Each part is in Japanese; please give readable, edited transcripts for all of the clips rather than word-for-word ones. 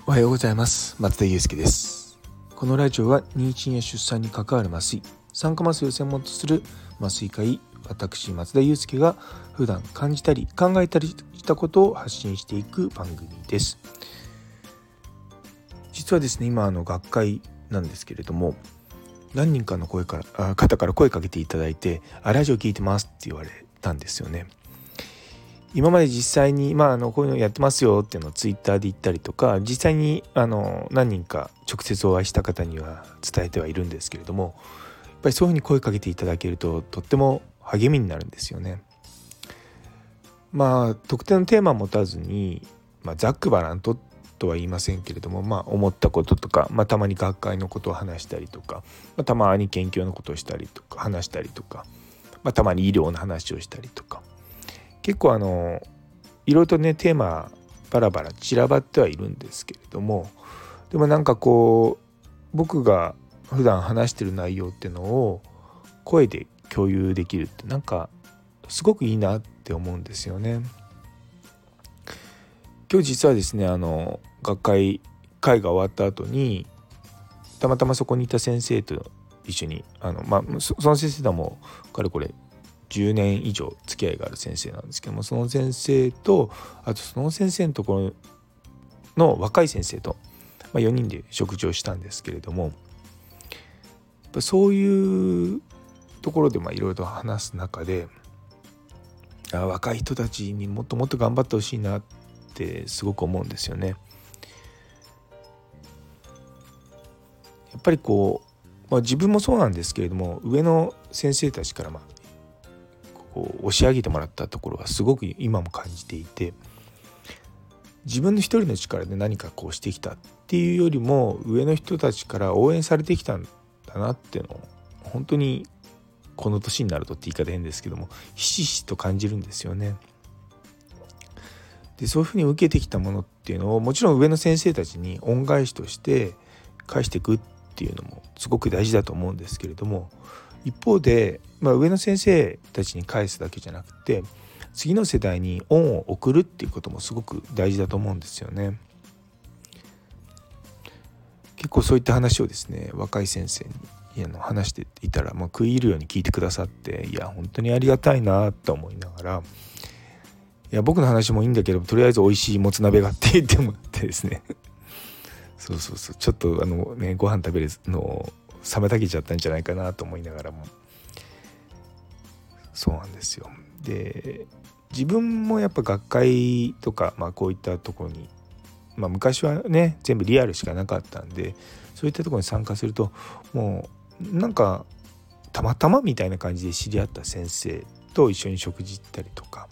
おはようございます。松田祐介です。このラジオは妊娠や出産に関わる麻酔、産科麻酔を専門とする麻酔科医、私松田祐介が普段感じたり考えたりしたことを発信していく番組です。実はですね、今学会なんですけれども、何人かの方から声かけていただいて、ラジオ聞いてますって言われたんですよね。今まで実際に、こういうのやってますよっていうのをツイッターで言ったりとか、実際に何人か直接お会いした方には伝えてはいるんですけれども、やっぱりそういうふうに声かけていただけるととっても励みになるんですよね。特定のテーマを持たずに、ざっくばらんとは言いませんけれども、思ったこととか、たまに学会のことを話したりとか、たまに研究のことをしたりとか話したりとか、たまに医療の話をしたりとか、結構いろいろとねテーマバラバラ散らばってはいるんですけれども、でも僕が普段話してる内容っていうのを声で共有できるってすごくいいなって思うんですよね。今日実はですね学会が終わった後にたまたまそこにいた先生と一緒にその先生とはもうかれこれ10年以上付き合いがある先生なんですけども、その先生とあとその先生のところの若い先生と、4人で食事をしたんですけれども、そういうところでいろいろと話す中で、若い人たちにもっともっと頑張ってほしいなってすごく思うんですよね。やっぱり自分もそうなんですけれども、上の先生たちから押し上げてもらったところはすごく今も感じていて、自分の一人の力で何かしてきたっていうよりも上の人たちから応援されてきたんだなっていうのを本当にこの年になるとって言い方変ですけどもひしひしと感じるんですよね。でそういうふうに受けてきたものっていうのをもちろん上の先生たちに恩返しとして返していくっていうのもすごく大事だと思うんですけれども、一方で、上の先生たちに返すだけじゃなくて次の世代に恩を送るっていうこともすごく大事だと思うんですよね。結構そういった話をですね若い先生に話していたら食い入るように聞いてくださって、本当にありがたいなと思いながら、僕の話もいいんだけどとりあえず美味しいもつ鍋がって言ってもらってですねそうちょっとご飯食べるのを妨げちゃったんじゃないかなと思いながらも、そうなんですよ。で自分もやっぱ学会とか、こういったところに、昔はね全部リアルしかなかったんで、そういったところに参加するともうたまたまみたいな感じで知り合った先生と一緒に食事行ったりとか、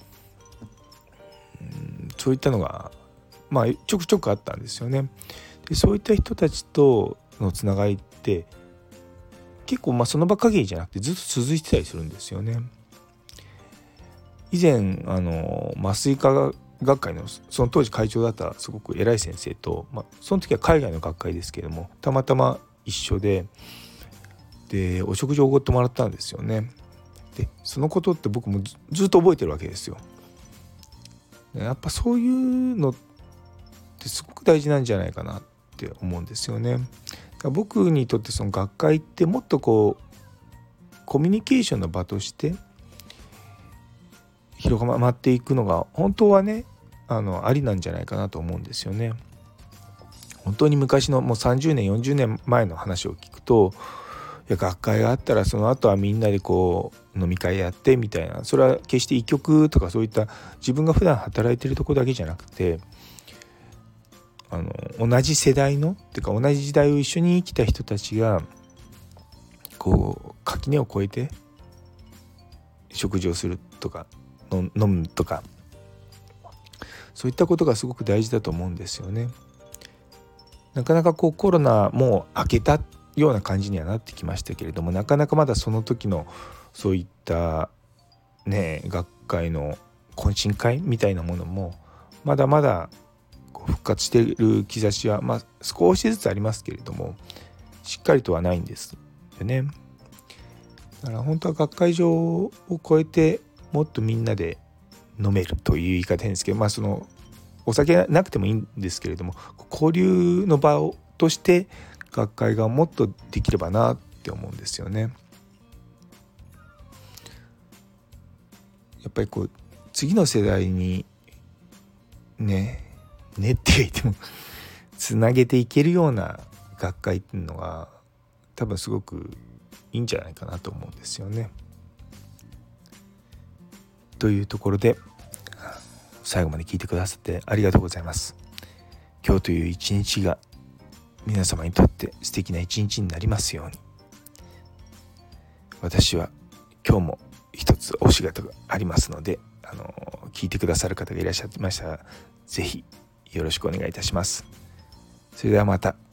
そういったのがちょくちょくあったんですよね。でそういった人たちとのつながりって結構その場限りじゃなくてずっと続いてたりするんですよね。以前麻酔科学会のその当時会長だったすごく偉い先生と、その時は海外の学会ですけれどもたまたま一緒でお食事をおごってもらったんですよね。でそのことって僕もずっと覚えてるわけですよ。やっぱそういうのってすごく大事なんじゃないかなって思うんですよね。僕にとってその学会ってもっとコミュニケーションの場として広まっていくのが本当はねありなんじゃないかなと思うんですよね。本当に昔のもう30年40年前の話を聞くと、学会があったらその後はみんなで飲み会やってみたいな、それは決して医局とかそういった自分が普段働いてるとこだけじゃなくて同じ世代のっていうか同じ時代を一緒に生きた人たちが垣根を越えて食事をするとか飲むとか、そういったことがすごく大事だと思うんですよね。なかなかコロナもう明けたような感じにはなってきましたけれども、なかなかまだその時のそういった学会の懇親会みたいなものもまだまだ復活している兆しは少しずつありますけれどもしっかりとはないんですよね。だから本当は学会場を超えてもっとみんなで飲めるという言い方変ですけど、そのお酒なくてもいいんですけれども、交流の場として学会がもっとできればなって思うんですよね。やっぱりこう次の世代にねって言ってもつなげていけるような学会っていうのが多分すごくいいんじゃないかなと思うんですよね。というところで最後まで聞いてくださってありがとうございます。今日という一日が皆様にとって素敵な一日になりますように。私は今日も一つお仕事がありますので、聞いてくださる方がいらっしゃいましたらぜひよろしくお願いいたします。それではまた。